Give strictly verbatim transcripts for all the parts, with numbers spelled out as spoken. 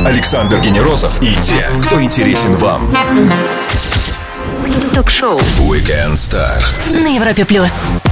Александр Генерозов и те, кто интересен вам. Ток-шоу Weekend Star на Европе Плюс.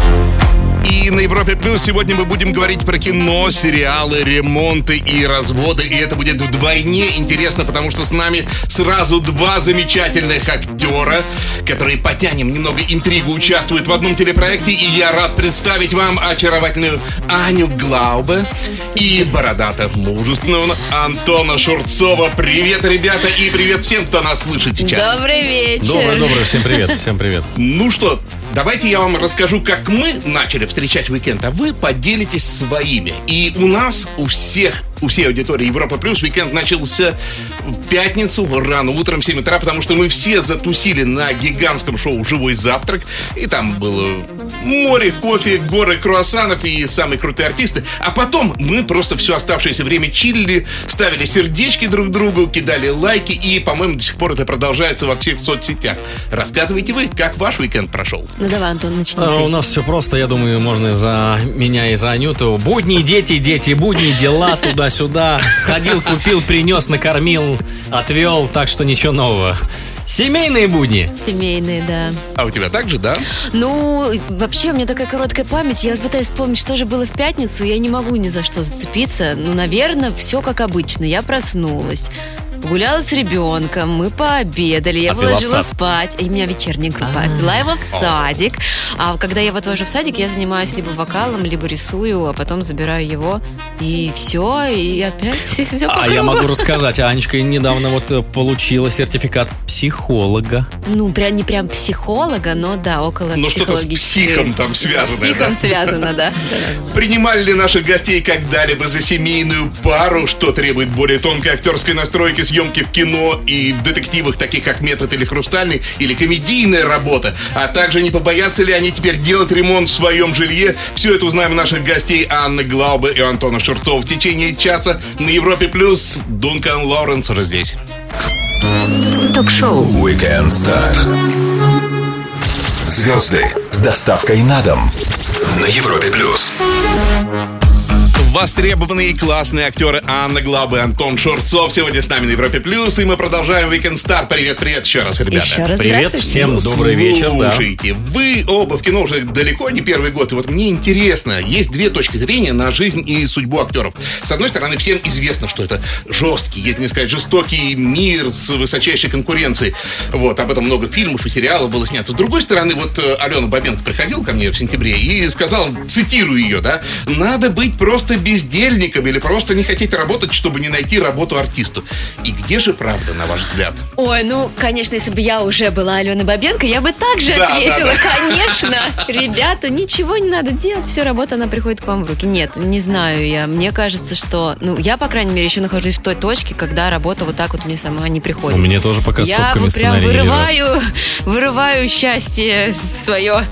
И на Европе Плюс сегодня мы будем говорить про кино, сериалы, ремонты и разводы. И это будет вдвойне интересно, потому что с нами сразу два замечательных актера, которые, потянем немного интригу, участвуют в одном телепроекте. И я рад представить вам очаровательную Аню Глаубе и бородато-мужественного Антона Шурцова. Привет, ребята, и привет всем, кто нас слышит сейчас. Добрый вечер. Добрый, добрый, всем привет, всем привет. Ну что, давайте я вам расскажу, как мы начали встречать уикенд, а вы поделитесь своими. И у нас, у всех, у всей аудитории Европа Плюс уикенд начался в пятницу рано утром в семь утра, потому что мы все затусили на гигантском шоу «Живой завтрак». И там было море кофе, горы круассанов и самые крутые артисты. А потом мы просто все оставшееся время чиллили, ставили сердечки друг другу, кидали лайки. И, по-моему, до сих пор это продолжается во всех соцсетях. Рассказывайте вы, как ваш уикенд прошел. Ну давай, Антон, начни. А, у нас все просто, я думаю, можно за меня и за Анюту. Будни, дети, дети, будни, дела, туда-сюда. Сходил, купил, принес, накормил, отвел, так что ничего нового. Семейные будни. Семейные, да. А у тебя так же, да? Ну, вообще, у меня такая короткая память. Я пытаюсь вспомнить, что же было в пятницу. Я не могу ни за что зацепиться. Ну, наверное, все как обычно. Я проснулась, гуляла с ребенком, мы пообедали, я Отвела выложила в сад. спать. И у меня вечерняя группа. Отвела его в садик. А когда я его отвожу в садик, я занимаюсь либо вокалом, либо рисую, а потом забираю его. И все, и опять все по А кругу. я могу рассказать, Анечка недавно вот получила сертификат психолога. Ну, прям не прям психолога, но да, около Ну, что-то с психологической... психом там с- связанное, С психом да? связано, да. Принимали ли наших гостей когда-либо за семейную пару, что требует более тонкой актерской настройки, съемки в кино и в детективах, таких как «Метод» или «Хрустальный», или комедийная работа, а также не побоятся ли они теперь делать ремонт в своем жилье? Все это узнаем у наших гостей Анны Глаубе и Антона Шурцова в течение часа на Европе+. плюс. Дункан Лоуренс уже здесь. Ток-шоу Weekend Star. Звезды с доставкой на дом на Европе Плюс. Востребованные и классные актеры Анна Глаубе и Антон Шурцов сегодня с нами на Европе Плюс, и мы продолжаем Weekend Star. Привет, привет еще раз, ребята. Еще раз Привет здравствуйте. всем, Ну, добрый вечер, да. Слушайте, вы оба в кино уже далеко не первый год, и вот мне интересно, есть две точки зрения на жизнь и судьбу актеров. С одной стороны, всем известно, что это жесткий, если не сказать жестокий мир с высочайшей конкуренцией. Вот, об этом много фильмов и сериалов было снято. С другой стороны, вот э, Алена Бабенко приходила ко мне в сентябре и сказала, цитирую ее, да, надо быть просто бездельником или просто не хотеть работать, чтобы не найти работу артисту. И где же правда, на ваш взгляд? Ой, ну, конечно, если бы я уже была Алена Бабенко, я бы также Да, ответила, да, да. конечно. Ребята, ничего не надо делать, все, работа, она приходит к вам в руки. Нет, не знаю я. Мне кажется, что, ну, я, по крайней мере, еще нахожусь в той точке, когда работа вот так вот мне сама не приходит. У меня тоже пока Я стопками вот прям сценарий не лежат. вырываю, вырываю счастье свое.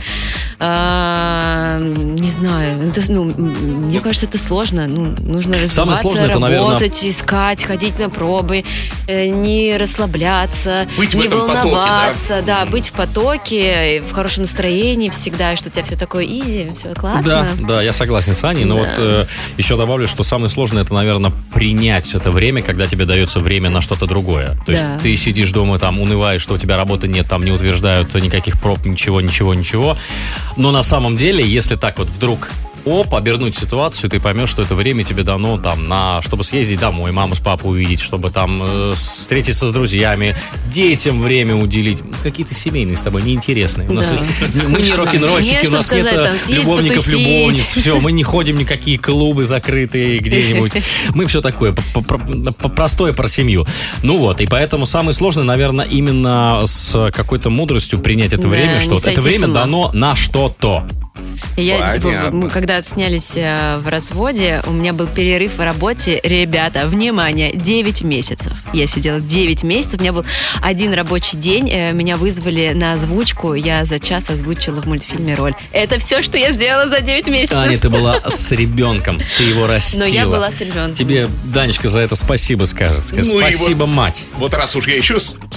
А, не знаю, это, ну, мне кажется, это сложно. Ну, нужно развиваться, Самое сложное, это, наверное, работать, искать, ходить на пробы, э, не расслабляться, Быть в не этом потоке, волноваться, да? быть в потоке, в хорошем настроении всегда, и что у тебя все такое изи, все классно. Да, да, я согласен с Аней, но Да. вот э, еще добавлю, что самое сложное, это, наверное, принять это время, когда тебе дается время на что-то другое. То есть Да. ты сидишь дома, там, унываешь, что у тебя работы нет, там не утверждают никаких проб, ничего, ничего, ничего. Но на самом деле, если так вот вдруг оп, обернуть ситуацию, ты поймешь, что это время тебе дано там на, чтобы съездить домой, маму с папой увидеть, чтобы там э, встретиться с друзьями, детям время уделить. Какие-то семейные с тобой неинтересные. У нас Да. и- мы не рок-н-ролльщики, Мне у нас что нет сказать, э, там, съесть, любовников, потусить. любовниц, все, мы не ходим в никакие клубы закрытые где-нибудь. Мы все такое, по- по- по- простое про семью. Ну вот, и поэтому самое сложное, наверное, именно с какой-то мудростью принять это Да, время, не что вот это сойти с время ума. дано на что-то. Я, типа, Понятно. мы когда снялись э, в разводе, у меня был перерыв в работе. Ребята, внимание, девять месяцев. Я сидела девять месяцев, у меня был один рабочий день, э, меня вызвали на озвучку, я за час озвучила в мультфильме роль. Это все, что я сделала за девять месяцев. Аня, ты была с ребенком, ты его растила. Но я была с ребенком. Тебе, Данечка, за это спасибо скажет. Скажет, Ну и спасибо, вот- мать. Вот раз уж я еще с, с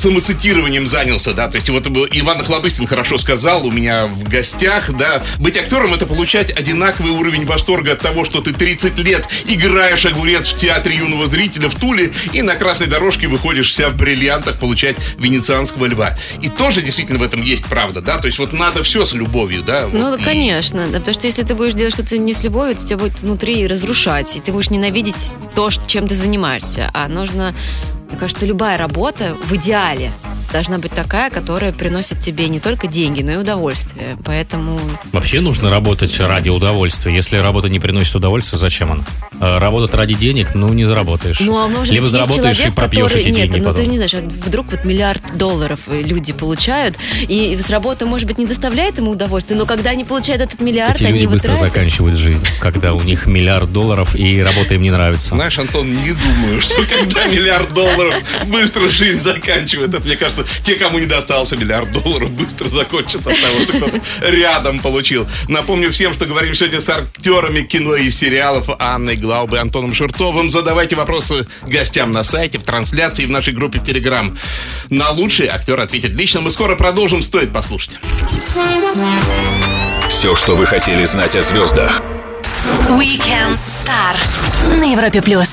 самоцитированием занялся, да, то есть вот Иван Охлобыстин хорошо сказал у меня в гостях, да, быть актером — это получать одинаковый уровень восторга от того, что ты тридцать лет играешь огурец в театре юного зрителя в Туле и на красной дорожке выходишь вся в бриллиантах получать венецианского льва. И тоже действительно в этом есть правда, да, то есть вот надо все с любовью, да. Ну, вот, конечно, да, потому что если ты будешь делать что-то не с любовью, то тебя будет внутри разрушать, и ты будешь ненавидеть то, чем ты занимаешься, а нужно, мне кажется, любая работа в идеале должна быть такая, которая приносит тебе не только деньги, но и удовольствие. Поэтому... Вообще нужно работать ради удовольствия. Если работа не приносит удовольствия, зачем она? Работать ради денег, ну, не заработаешь. Ну, а может, либо есть заработаешь человек, и пропьешь который... эти Нет, деньги ну, потом. ты не знаешь, вдруг вот миллиард долларов люди получают, и с работы, может быть, не доставляет ему удовольствия, но когда они получают этот миллиард, эти они люди его быстро тратят. заканчивают жизнь, когда у них миллиард долларов, и работа им не нравится. Знаешь, Антон, не думаю, что когда миллиард долларов быстро жизнь заканчивает. Это, мне кажется, те, кому не достался миллиард долларов, быстро закончат от того, что кто-то рядом получил. Напомню всем, что говорим сегодня с актерами кино и сериалов Анной Глаубе и Антоном Шурцовым. Задавайте вопросы гостям на сайте, в трансляции и в нашей группе в Телеграм. На лучший актер ответит лично. Мы скоро продолжим, стоит послушать. Все, что вы хотели знать о звездах. Weekend Star на Европе плюс.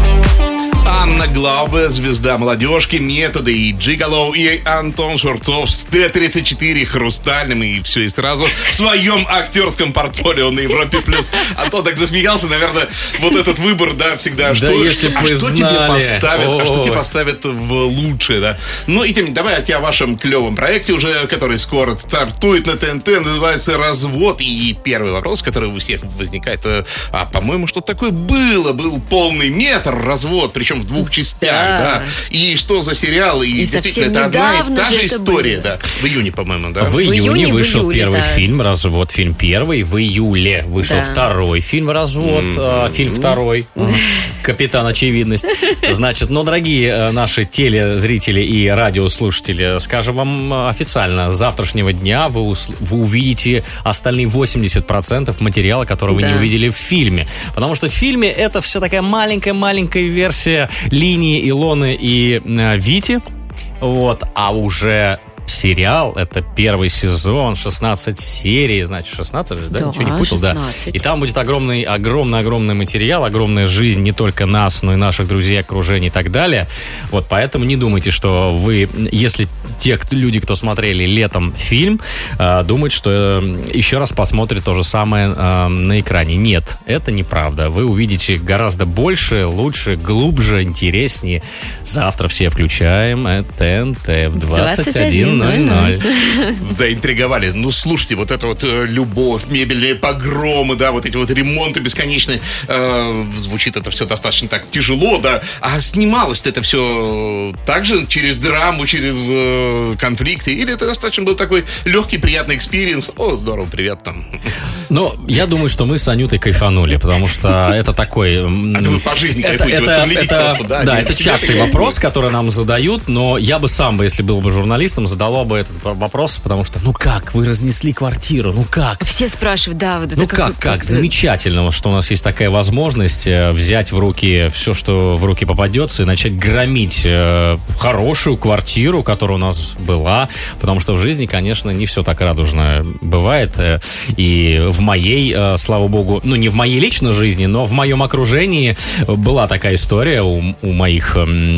Анна Глаубе, звезда молодежки, методы и Джиголоу, и Антон Шурцов с Т тридцать четыре хрустальным, и все и сразу в своем актерском портфолио на Европе плюс. Антон так засмеялся, наверное, вот этот выбор, да, всегда. Да, что, если бы а вы что знали. тебе поставят, О-о-о. а что тебе поставят в лучшее, да. Ну и тем, давай о вашем клевом проекте уже, который скоро стартует на ТНТ, называется «Развод». И первый вопрос, который у всех возникает, а, по-моему, что такое было, был полный метр «Развод», причем в двух частях, да. Да. И что за сериал, и, И действительно, совсем это одна и недавно та же же это история, было. да. В июне, по-моему, да. В июне июне, в вышел июле, первый да. фильм «Развод», фильм первый. В июле вышел Да. второй фильм «Развод», а, фильм второй. Капитан Очевидность. Значит, ну, дорогие э, наши телезрители и радиослушатели, скажем вам э, официально, с завтрашнего дня вы, ус- вы увидите остальные восемьдесят процентов материала, который вы Да. не увидели в фильме. Потому что в фильме это все такая маленькая-маленькая версия Линии, Илоны и э, Вити. Вот, а уже сериал, это первый сезон, шестнадцать серий, значит, шестнадцать же, да? Да, Ничего не путал, да. шестнадцать. И там будет огромный, огромный, огромный материал, огромная жизнь не только нас, но и наших друзей, окружения и так далее. Вот, поэтому не думайте, что вы, если те кто, люди, кто смотрели летом фильм, э, думают, что э, еще раз посмотрят то же самое э, на экране. Нет, это неправда. Вы увидите гораздо больше, лучше, глубже, интереснее. Завтра все включаем э, ТНТ в двадцать один ноль ноль. Заинтриговали. Ну, слушайте, вот это вот э, любовь, мебельные погромы, да, вот эти вот ремонты бесконечные. Э, звучит это все достаточно так тяжело, да. А снималось-то это все также через драму, через э, конфликты? Или это достаточно был такой легкий, приятный экспириенс? О, здорово, привет там. Ну, я думаю, что мы с Анютой кайфанули, потому что это такой... м, А то вы по жизни это, кайфуете, это, вы глядите это, просто, да, да, не это себя частый кайфуете. вопрос, который нам задают, но я бы сам бы, если был бы журналистом, задала бы этот вопрос, потому что, ну как, вы разнесли квартиру, ну как? Все спрашивают, да, вот это Ну как, как, замечательно, что у нас есть такая возможность э, взять в руки все, что в руки попадется, и начать громить э, хорошую квартиру, которая у нас была, потому что в жизни, конечно, не все так радужно бывает, э, и в моей, э, слава богу, ну не в моей личной жизни, но в моем окружении была такая история у, у моих, э,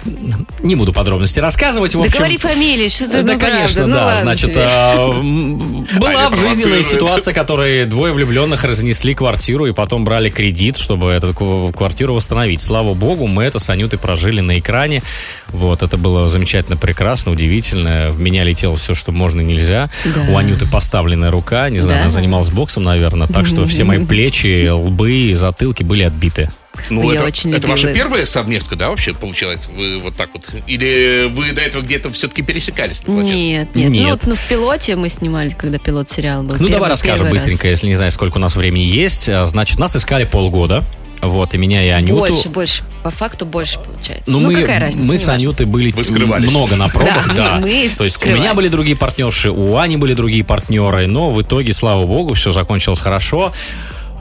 не буду подробности рассказывать, в Да общем... говори фамилии, что ты, Да, ну, конечно, правда, ну да. ладно Значит, тебе. а, м, была Аня в жизненной провоцирует. ситуации, которые двое влюбленных разнесли квартиру и потом брали кредит, чтобы эту ку- квартиру восстановить. Слава богу, мы это с Анютой прожили на экране. Вот, это было замечательно, прекрасно, удивительно. В меня летело все, что можно и нельзя. Да. У Анюты поставленная рука, не знаю, Да. она занималась боксом, наверное, так что все мои плечи, лбы, затылки были отбиты. Ну, Я это, очень это любила ваша это. первая совместка, да, вообще, получается? Вы вот так вот? Или вы до этого где-то все-таки пересекались? площадке? Нет, нет, Нет. Ну, вот, ну, в пилоте мы снимали, когда пилот сериала был. Ну, Первый- давай расскажем первый раз. быстренько, если не знаю, сколько у нас времени есть. А, Значит, нас искали полгода. Вот, и меня, и Анюту. Больше, больше. По факту больше получается. Ну, мы, какая разница? мы с неважно. Анютой были Вы скрывались. много на пробах, Да, да. мы- мы То есть у скрывались. меня были другие партнерши, у Ани были другие партнеры, но в итоге, слава богу, все закончилось хорошо.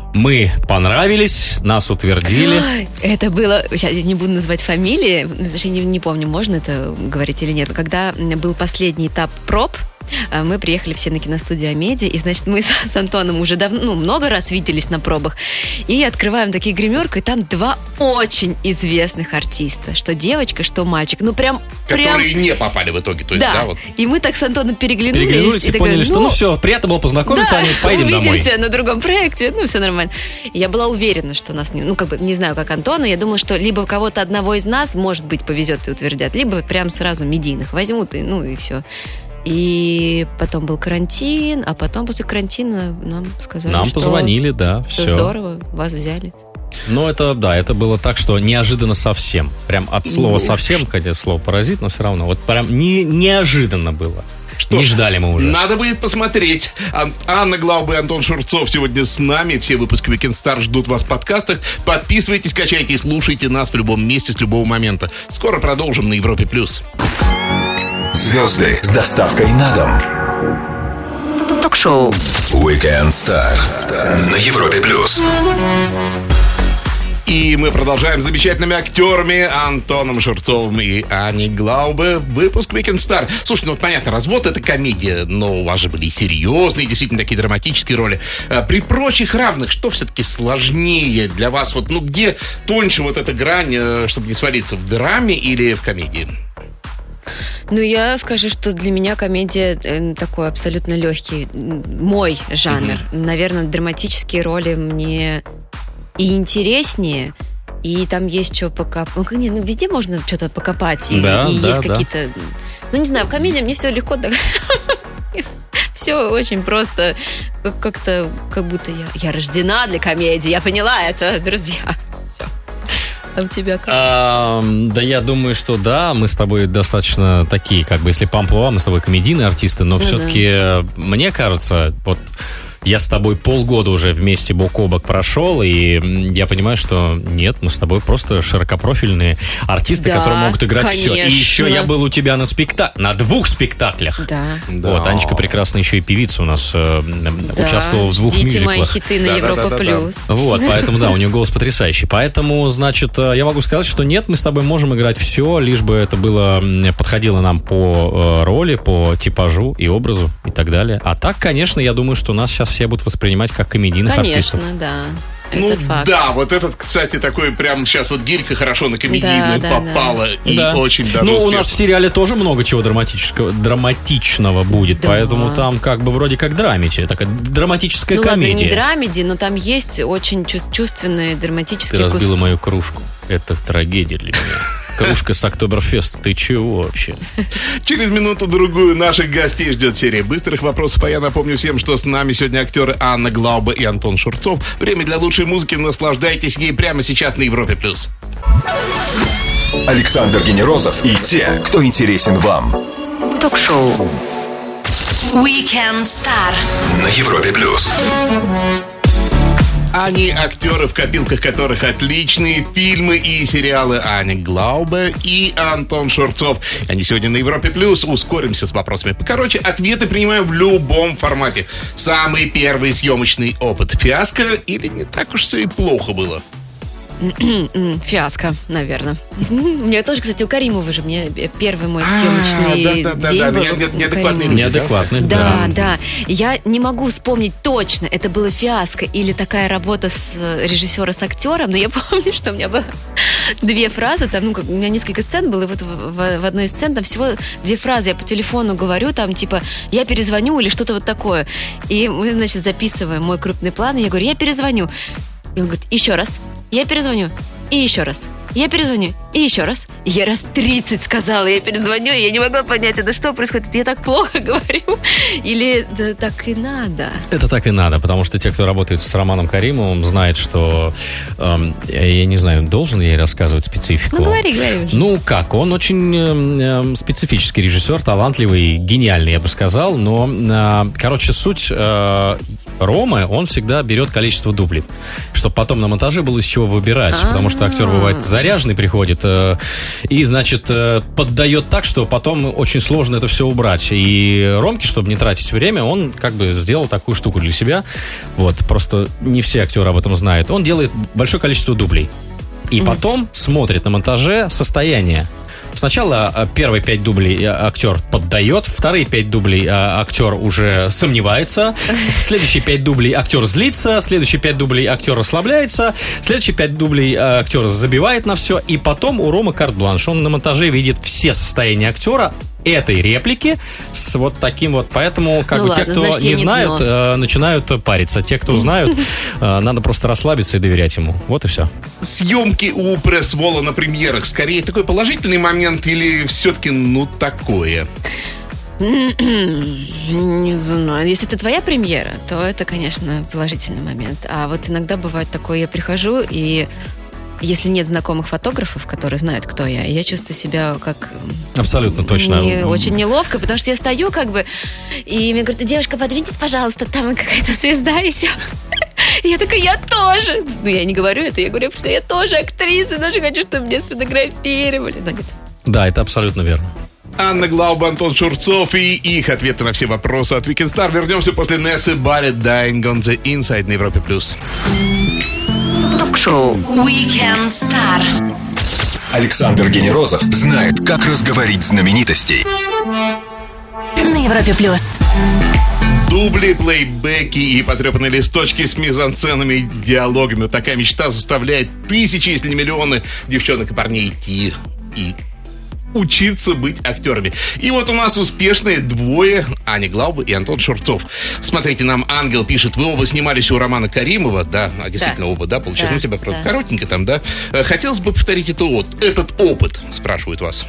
Мы понравились, нас утвердили. Это было... Сейчас я не буду называть фамилии, потому что я не, не помню, можно это говорить или нет. Когда был последний этап проб, мы приехали все на киностудию Амедиа, и, значит, мы с, с Антоном уже давно, ну, много раз виделись на пробах, и открываем такие гримерку, и там два очень известных артиста, что девочка, что мальчик, ну, прям... Которые прям... не попали в итоге, то есть, да, да, да вот. И мы так с Антоном переглянулись. Переглянулись и, и поняли, такая, что, ну, все, приятно было познакомиться, да, они поедем домой. увидимся на другом проекте, ну, все нормально. И я была уверена, что нас, не, ну, как бы, не знаю, как Антона, я думала, что либо кого-то одного из нас, может быть, повезет и утвердят, либо прям сразу медийных возьмут, и, ну, и все. И потом был карантин, а потом после карантина нам сказали, Нам что... позвонили, да, все. все. Здорово, вас взяли. Ну, это, да, это было так, что неожиданно совсем. Прям от слова Ну. совсем, хотя слово паразит, но все равно. Вот прям не, неожиданно было. Что не ж, ждали мы уже. Надо будет посмотреть. Ан- Анна Глауба и Антон Шурцов сегодня с нами. Все выпуски Weekend Star ждут вас в подкастах. Подписывайтесь, качайте и слушайте нас в любом месте с любого момента. Скоро продолжим на Европе+. плюс. Звезды с доставкой на дом. Ток-шоу Weekend Star на Европе+. плюс. И мы продолжаем с замечательными актерами Антоном Шурцовым и Аней Глаубе. Выпуск Weekend Star. Слушай, ну вот понятно, развод — это комедия, но у вас же были и серьезные, действительно такие драматические роли. При прочих равных, что все-таки сложнее для вас? Вот, ну где тоньше вот эта грань, чтобы не свалиться, в драме или в комедии? Ну, я скажу, что для меня комедия э, такой абсолютно легкий, мой жанр. Mm-hmm. Наверное, драматические роли мне и интереснее, и там есть что покопать. Ну, не, ну, везде можно что-то покопать, и, да, и да, есть да. какие-то... Ну, не знаю, в комедии мне все легко. Все очень просто. Как-то, как будто я, я рождена для комедии. Я поняла это, друзья. Все. А у тебя как? А, да, я думаю, что да, мы с тобой достаточно такие, как бы, если по-амплуа, мы с тобой комедийные артисты, но Ну все-таки, да. мне кажется, вот я с тобой полгода уже вместе бок о бок прошел, и я понимаю, что нет, мы с тобой просто широкопрофильные артисты, Да, которые могут играть все. И конечно. еще я был у тебя на спектакле, на двух спектаклях. Да. Вот, Анечка прекрасно еще и певица у нас э, Да. участвовала в двух Ждите мои мюзиклах. хиты на Да, Европа да, да, да, Плюс. Вот, поэтому, да, у нее голос потрясающий. Поэтому, значит, я могу сказать, что нет, мы с тобой можем играть все, лишь бы это было, подходило нам по э, роли, по типажу и образу и так далее. А так, конечно, я думаю, что нас сейчас все будут воспринимать как комедийных Конечно, артистов. да. Ну Это факт. да, вот этот, кстати, такой прям сейчас вот гирька хорошо на комедийную Да, да, попала и Да. очень даже Ну, у успешно. нас в сериале тоже много чего драматического, драматичного будет, Да. поэтому там как бы вроде как драмеди, такая драматическая Ну ладно, комедия. не драмеди, но там есть очень чувс- чувственные Ты драматические разбила куски. мою кружку. Это трагедия для меня. Кружка с Октоберфеста. Ты чего вообще? Через минуту-другую наших гостей ждет серия быстрых вопросов. А я напомню всем, что с нами сегодня актеры Анна Глауба и Антон Шурцов. Время для лучшей музыки. Наслаждайтесь ей прямо сейчас на Европе+. плюс. Александр Генерозов и те, кто интересен вам. Ток-шоу Weekend Star На Европе+. плюс. Они актеры, в копилках которых отличные фильмы и сериалы. Аня Глаубе и Антон Шурцов. Они сегодня на Европе+. плюс. Ускоримся с вопросами. Короче, ответы принимаем в любом формате. Самый первый съемочный опыт. Фиаско или не так уж все и плохо было? М, Фиаско, наверное. У меня тоже, кстати, у Каримова же мне первый мой А, съемочный да, да, да, день да, был не- не- у неадекватные Каримова. люди. Неадекватных, Да, да. да. Я не могу вспомнить точно, это было фиаско или такая работа с э, режиссера с актером, но я помню, что у меня было две фразы, там, ну, как, у меня несколько сцен было, и вот в, в- в одной из сцен там всего две фразы, я по телефону говорю, там, типа, я перезвоню или что-то вот такое. И мы, значит, записываем мой крупный план, и я говорю, я перезвоню. И он говорит, еще раз, я перезвоню, и еще раз. Я перезвоню, и еще раз. И я раз тридцать сказала, я перезвоню, и я не могла понять, это что происходит, я так плохо говорю, или да, так и надо. Это так и надо, потому что те, кто работает с Романом Каримовым, знают, что эм, я не знаю, должен я ей рассказывать специфику. Ну, говори, говори уже. Ну, как, он очень эм, эм, специфический режиссер, талантливый, гениальный, я бы сказал, но, э, короче, суть э, Ромы, он всегда берет количество дублей, чтобы потом на монтаже было из чего выбирать, А-а-а. потому что актер бывает занят, заряженный приходит э, и, значит, э, поддает так, что потом очень сложно это все убрать. И Ромке, чтобы не тратить время, он как бы сделал такую штуку для себя. Вот, просто не все актеры об этом знают. Он делает большое количество дублей. И mm-hmm. потом смотрит на монтаже состояние. Сначала первые пять дублей актер поддает, вторые пять дублей актер уже сомневается, следующие пять дублей актер злится, следующие пять дублей актер расслабляется, следующие пять дублей актер забивает на все, и потом у Ромы карт-бланш. Он на монтаже видит все состояния актера этой реплики с вот таким вот. Поэтому как ну бы ладно, те, кто значит, не не знают, э, начинают париться. Те, кто знают, э, надо просто расслабиться и доверять ему. Вот и все. Съемки у пресс-вола на премьерах скорее такой положительный момент или все-таки, ну, такое? Не знаю. Если это твоя премьера, то это, конечно, положительный момент. А вот иногда бывает такое, я прихожу и... Если нет знакомых фотографов, которые знают, кто я, я чувствую себя как... Абсолютно точно. Не, очень неловко, потому что я стою как бы, и мне говорят: девушка, подвиньтесь, пожалуйста, там какая-то звезда идет. И я такая: я тоже. Ну, я не говорю это, я говорю, что я тоже актриса, даже хочу, чтобы меня сфотографировали. Она говорит: да, это абсолютно верно. Анна Глауба, Антон Шурцов и их ответы на все вопросы от Weekend Star. Вернемся после Нессы Барретт, Dying on the Inside на Европе+. Ток-шоу Weekend Star. Александр Генерозов знает, как разговорить знаменитостей. На Европе+. Дубли, плейбеки и потрепанные листочки с мизансценами и диалогами. Вот такая мечта заставляет тысячи, если не миллионы девчонок и парней идти и учиться быть актерами. И вот у нас успешные двое: Аня Глауба и Антон Шурцов. Смотрите, нам Ангел пишет: вы оба снимались у Романа Каримова. Да, действительно, да. оба, да, получается. Да, ну, тебя, правда, да. коротенько там, да. Хотелось бы повторить это, вот, этот опыт, спрашивают вас.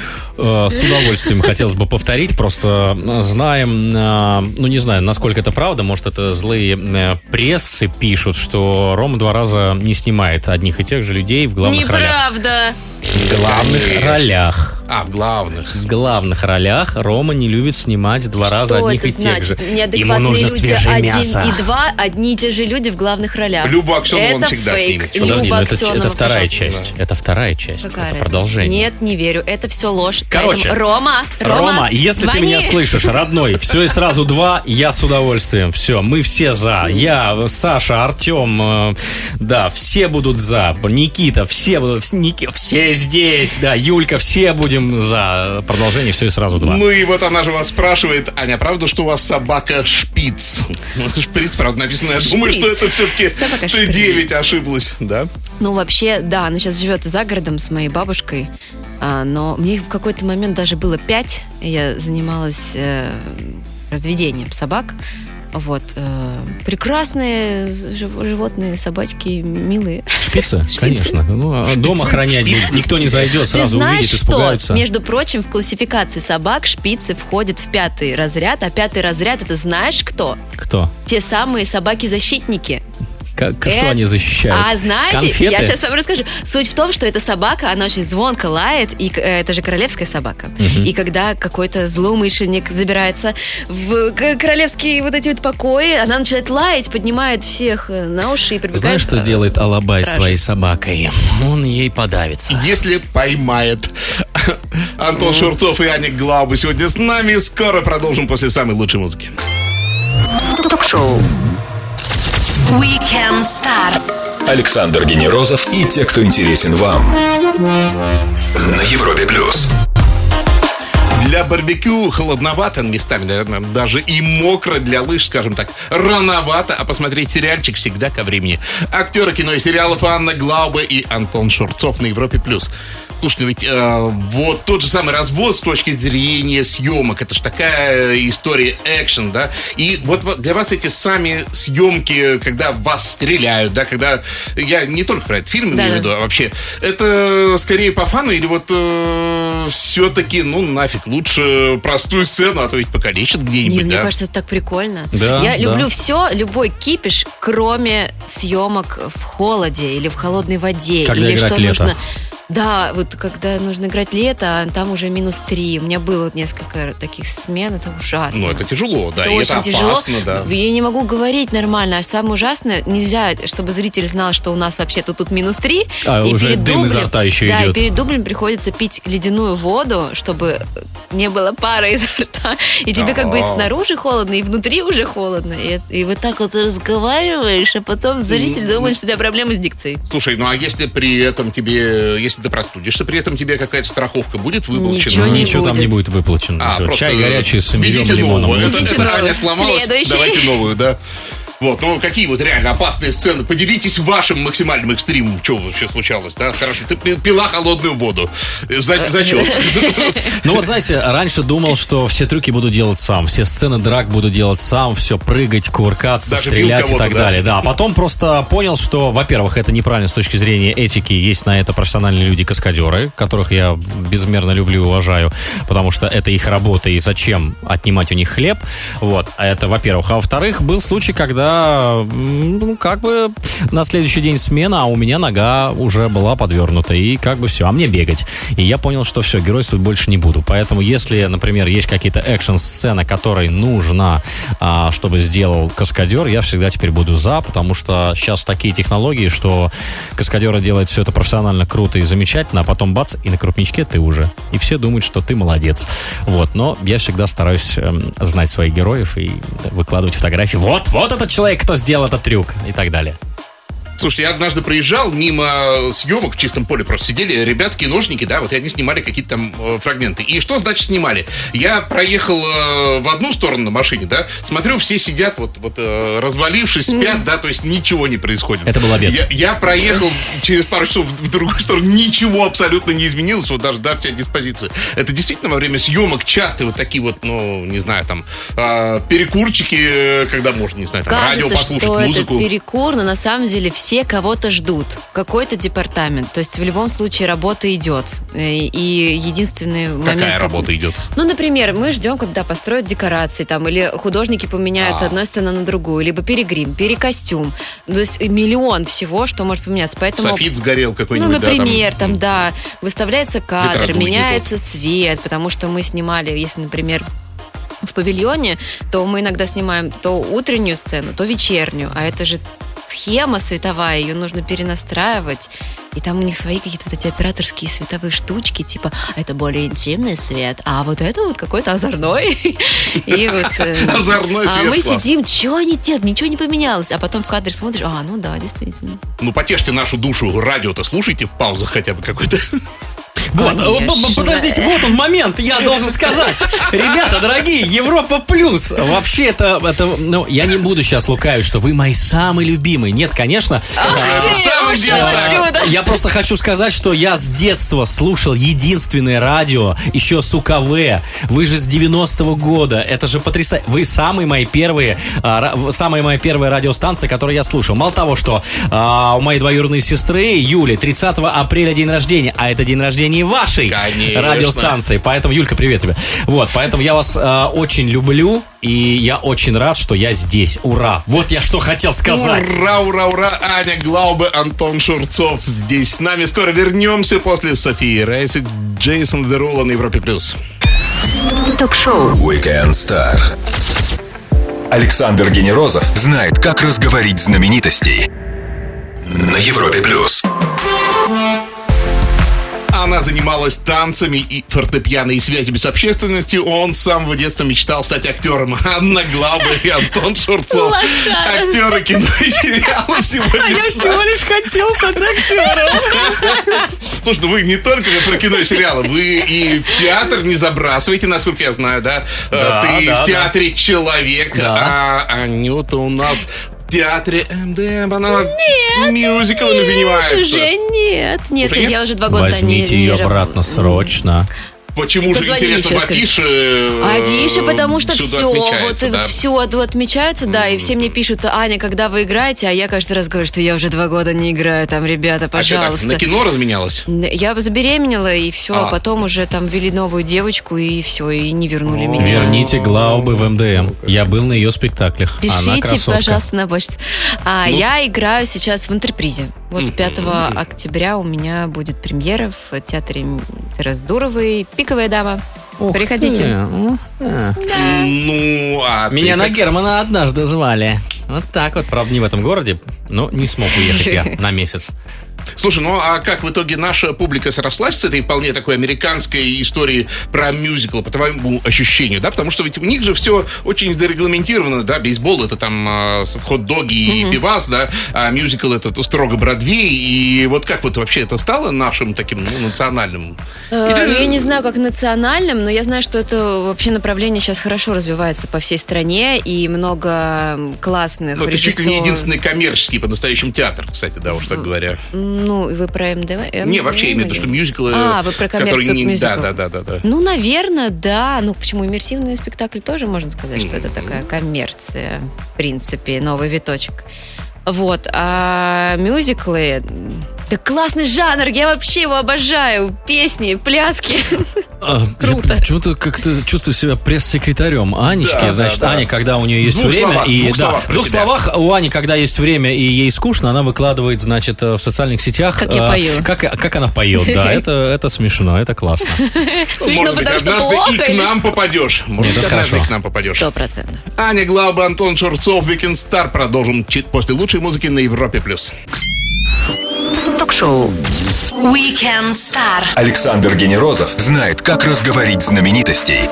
С удовольствием хотелось бы повторить. Просто знаем, ну не знаю, насколько это правда. Может, это злые прессы пишут, что Рома два раза не снимает одних и тех же людей в главных ролях. Неправда. В главных Конечно. ролях. А, в главных. В главных ролях Рома не любит снимать два Что раза одних это и тех значит? же. Неадекватные Ему нужно люди свежее один мясо. и два, одни и те же люди в главных ролях. Люба Аксенова он Это всегда фейк. снимет. Подожди, Люба но это, Аксенова, это вторая пожалуйста. часть. Это вторая часть. Какая это разница? продолжение. Нет, не верю. Это все ложь. Короче, Поэтому, Рома, Рома, Рома, если звони. ты меня слышишь, родной, все и сразу два, я с удовольствием. Все, мы все за. Я, Саша, Артем, э, да, все будут за. Никита, все будут, Ники, все здесь, да, Юлька, все будем за. Продолжение, все и сразу два. Ну и вот она же вас спрашивает: Аня, правда, что у вас собака Шпиц? Шприц, правда, написано. Я Шприц. думаю, что это все-таки Собака Т девять ошиблась, да? Ну, вообще, да, она сейчас живет за городом с моей бабушкой, а, но мне в какой-то момент даже было пять, и я занималась э, разведением собак. Вот. Э, прекрасные жив- животные, собачки, милые. Шпицы? Конечно. Ну, а дома хранять Шпицы. никто не зайдет, Ты сразу знаешь, увидит, что, испугаются. между прочим, в классификации собак шпицы входят в пятый разряд, а пятый разряд — это знаешь кто? Кто? Те самые собаки-защитники. Как, что Это- они защищают? А знаете, Конфеты? я сейчас вам расскажу. Суть в том, что эта собака, она очень звонко лает, и э, это же королевская собака. Мгм. И когда какой-то злоумышленник забирается в к- королевские вот эти вот покои, она начинает лаять, поднимает всех э, на уши и прибегает. Знаешь, что э, делает Алабай с стражи. твоей собакой? Он ей подавится. Если поймает. Антон Шурцов и Аня Глауба сегодня с нами. Скоро продолжим после самой лучшей музыки. Ток-шоу Weekend Star. Александр Генерозов и те, кто интересен вам. На Европе плюс. Для барбекю холодновато, местами, наверное, даже и мокро. Для лыж, скажем так, рановато. А посмотреть сериальчик всегда ко времени. Актеры кино и сериалов Анна Глауба и Антон Шурцов на Европе плюс. Слушай, ну ведь э, вот тот же самый развод с точки зрения съемок, это же такая история экшен, да? И вот вот для вас эти сами съемки, когда вас стреляют, да, когда... Я не только про этот фильм Да, имею в да. виду, а вообще, это скорее по фану или вот э, все-таки, ну, нафиг, лучше простую сцену, а то ведь покалечат Не, где-нибудь, мне да? кажется, это так прикольно. Да, Я да. люблю все, любой кипиш, кроме съемок в холоде или в холодной воде. Когда или играть что лето. нужно. Да, вот когда нужно играть лето, там уже минус три. У меня было вот несколько таких смен, это ужасно. Ну, это тяжело, да, Это и очень это тяжело. опасно, да. Я не могу говорить нормально. А самое ужасное, нельзя, чтобы зритель знал, что у нас вообще-то тут минус три. А, и уже перед дым изо рта еще да, идет. и перед дублем приходится пить ледяную воду, чтобы не было пара изо рта. И тебе как бы и снаружи холодно, и внутри уже холодно. И, и вот так вот разговариваешь, а потом зритель думает, что у тебя проблемы с дикцией. Слушай, ну а если при этом тебе, если ты простудишься, при этом тебе какая-то страховка будет выплачена? Ничего не Ничего там будет. не будет выплачено. А, Всё. просто Чай горячий с имбирем и введите лимоном. новую. Вот Это и всё. новую. ранее сломалось, Следующий. давайте новую, да. Вот, ну какие вот реально опасные сцены? Поделитесь вашим максимальным экстримом, что вообще случалось, да? Хорошо, ты пи- пила холодную воду. За, зачет. Ну вот, знаете, раньше думал, что все трюки буду делать сам, все сцены драк буду делать сам, все прыгать, кувыркаться, Даже бил стрелять и кого-то, так да? далее. Да, а потом просто понял, что, во-первых, это неправильно с точки зрения этики. Есть на это профессиональные люди-каскадеры, которых я безмерно люблю и уважаю, потому что это их работа, и зачем отнимать у них хлеб. Вот, это во-первых. А во-вторых, был случай, когда ну, как бы на следующий день смена, а у меня нога уже была подвернута, и как бы все, а мне бегать. И я понял, что все, геройствовать больше не буду. Поэтому, если, например, есть какие-то экшн-сцены, которые нужно, а, чтобы сделал каскадер, я всегда теперь буду за, потому что сейчас такие технологии, что каскадеры делают все это профессионально, круто и замечательно, а потом бац, и на крупничке ты уже. И все думают, что ты молодец. Вот, но я всегда стараюсь эм, знать своих героев и выкладывать фотографии. Вот, вот этот человек, кто сделал этот трюк, и так далее. Слушайте, я однажды проезжал мимо съемок в чистом поле, просто сидели ребят-киношники, да, вот и они снимали какие-то там э, фрагменты. И что значит снимали? Я проехал э, в одну сторону на машине, да, смотрю, все сидят вот, вот э, развалившись, спят, да, то есть ничего не происходит. Это был обед. Я, я проехал через пару часов в другую сторону, ничего абсолютно не изменилось, вот даже, да, вся диспозиция. Это действительно во время съемок часто вот такие вот, ну, не знаю, там, э, перекурчики, когда можно, не знаю, там, Кажется, радио послушать, что музыку. это перекур, но на самом деле все кого-то ждут, какой-то департамент. То есть в любом случае работа идет. И, и единственный момент... Какая как- работа идет? Ну, например, мы ждем, когда построят декорации, там, или художники поменяют с А. одной сцены на другую, либо перегрим, перекостюм. То есть миллион всего, что может поменяться. Поэтому... Софит сгорел Ну, какой-нибудь, например, да, там, да, выставляется кадр, Ветродуй не меняется свет, потому что мы снимали, если, например, в павильоне, то мы иногда снимаем то утреннюю сцену, то вечернюю, а это же схема световая, ее нужно перенастраивать, и там у них свои какие-то вот эти операторские световые штучки, типа, это более интимный свет, а вот это вот какой-то озорной. И вот, э, Озорной а свет, мы класс. сидим, чего они делают, ничего не поменялось, а потом в кадр смотришь, а, ну да, действительно. Ну, потешьте нашу душу, радио-то слушайте в паузах хотя бы какой-то. Вот, Конечно. э, подождите, вот он момент, я должен сказать. Ребята, дорогие, Европа Плюс. Вообще это, это, ну, я не буду сейчас лукавить, что вы мои самые любимые. Нет, конечно. На самом ушел деле, так. отсюда. Я просто хочу сказать, что я с детства слушал единственное радио, еще с УКВ. Вы же с девяностого года. Это же потрясающе. Вы самые мои первые, а, ра- самая моя первая радиостанция, которую я слушал. Мало того, что а, у моей двоюродной сестры Юли тридцатого апреля день рождения, а это день рождения вашей Конечно. радиостанции. Поэтому, Юлька, привет тебе. Вот, поэтому я вас а, очень люблю, и я очень рад, что я здесь. Ура! Вот я что хотел сказать. Ура, ура, ура! Аня Глаубе, Антон Шурцов здесь с нами. Скоро вернемся после Софии Рейс и Джейсон Дерула на Европе+. плюс. Ток-шоу. Weekend Star. Александр Генерозов знает, как разговорить знаменитостей на Европе+. плюс. Она занималась танцами и фортепиано и связями с общественностью. Он с самого детства мечтал стать актером. Анна Глаубе и Антон Шурцов. Лошара. Актеры кино и сериалов сегодня. с нами. лишь хотел стать актером. Слушай, ну вы не только про кино и сериалы, вы и в театр не забрасываете, насколько я знаю, да? Да, Ты да, в театре человек, Да. а Анюта у нас в театре эм дэ эм, она мюзиклами занимается. Уже нет, нет, Уже нет? я уже два года Возьмите не, не ее раб- обратно срочно. Почему же, Позвони интересно, еще, в скажи. Афише А Афиша, потому что всюду все, вот, отмечается, и да? вот все отмечается, да, и все мне пишут: Аня, когда вы играете, а я каждый раз говорю, что я уже два года не играю, там, ребята, А что так, пожалуйста. на кино разменялась? Я забеременела, и все, а. А. потом уже там ввели новую девочку, и все, и не вернули меня. Верните Глаубы в эм дэ эм. Я был на ее спектаклях. Она Пишите, красотка. пожалуйста, на почту. А, Ну. Я играю сейчас в «Интерпризе». Вот Мгм. пятого октября у меня будет премьера в театре Раздуровой «Пиковая дама». Ух Приходите. ты. Ух ты. Ну, а ты Меня на как- Германа однажды звали. Вот так вот. Правда, не в этом городе, но не смог уехать я на месяц. Слушай, ну а как в итоге наша публика срослась с этой вполне такой американской историей про мюзикл, по твоему ощущению, да? Потому что ведь у них же все очень зарегламентировано, да? Бейсбол — это там а, с- хот-доги и пивас, да? А мюзикл — это строго Бродвей. И вот как вот вообще это стало нашим таким, ну, национальным? Э, Или- Я не знаю, как национальным, но я знаю, что это вообще направление сейчас хорошо развивается по всей стране, и много классных Ну, это чуть ли не режиссеров. единственный коммерческий по-настоящему театр, кстати, да, уж так говоря. Ну, и вы про эм дэ эм? Не, вообще, я имею в виду, что мюзиклы... А, вы про которые коммерцию не- к мюзиклу. Да, да, да, да, да. Ну, наверное, да. Ну, почему иммерсивные спектакли тоже можно сказать, что это такая коммерция, в принципе, новый виточек. Вот, а мюзиклы... Да классный жанр, я вообще его обожаю. Песни, пляски. А, Круто. Я почему-то как-то чувствую себя пресс-секретарем Анечки. Да, Значит, да, да. Аня, когда у нее есть В двух время... словах, и, в двух да, словах в про двух тебя. словах, у Ани, когда есть время и ей скучно, она выкладывает, значит, в социальных сетях... Как я а, пою. Как, как она поет, да. Это, это смешно, это классно. Смешно, Может быть, потому что однажды плохо и к или нам попадешь. Может Нет, быть, это однажды хорошо. и к нам попадешь. Сто процентов. Аня Глауба, Антон Шурцов, Weekend Star. Продолжим чит после лучшей музыки на Европе+. плюс. Ток-шоу Weekend Star. Александр Генерозов знает, как разговорить знаменитостей.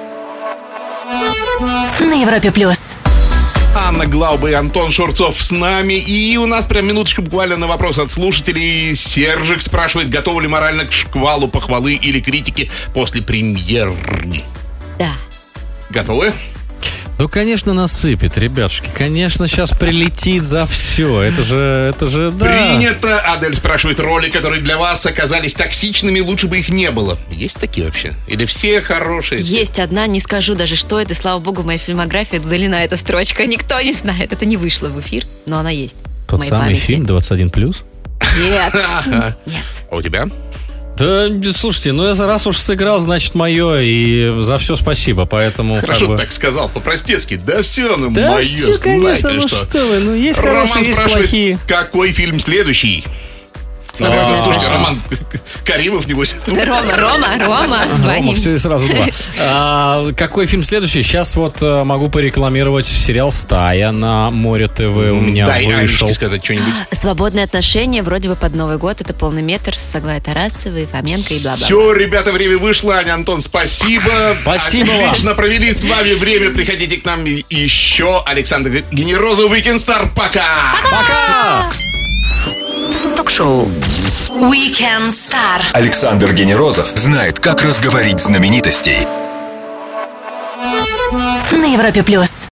На Европе плюс. Анна Глауба и Антон Шурцов с нами. И у нас прям минуточка буквально на вопрос от слушателей. Сержик спрашивает, готовы ли морально к шквалу похвалы или критики после премьеры. Да. Готовы? Ну, конечно, насыпет, ребятушки. Конечно, сейчас прилетит за все. Это же, это же, да. Принято. Адель спрашивает, роли, которые для вас оказались токсичными, лучше бы их не было. Есть такие вообще? Или все хорошие? Есть одна, не скажу даже, что это. Слава богу, в моей фильмографии удалена эта строчка. Никто не знает. Это не вышло в эфир, но она есть. в Тот моей самый памяти. фильм двадцать один плюс. Нет. Ага. Нет. А у тебя? Да, слушайте, ну я раз уж сыграл, значит, мое, и за все спасибо, поэтому... Хорошо как бы... так сказал, по-простецки. Да все, ну Да мое, все, конечно, знаете ну что. что вы, ну есть Роман хорошие, есть спрашивает, плохие. какой фильм следующий? Смотря Ну, для слушайте, чего. Роман Каримов, небось. Рома, Рома, Рома, Рома, звони. все и сразу два. А, какой фильм следующий? Сейчас вот а, могу порекламировать сериал «Стая» на Море ТВ у меня Дай вышел. Анечке сказать что-нибудь. Свободные отношения, вроде бы под Новый год. Это полный метр с Аглаей Тарасовой, Фоменко и бла-бла. Все, ребята, время вышло. Аня, Антон, спасибо. Спасибо вам. Отлично провели с вами время. Приходите к нам еще. Александр Генерозов, Weekend Star. Пока! Пока! Ток-шоу Weekend Star. Александр Генерозов знает, как разговорить знаменитостей. На Европе плюс.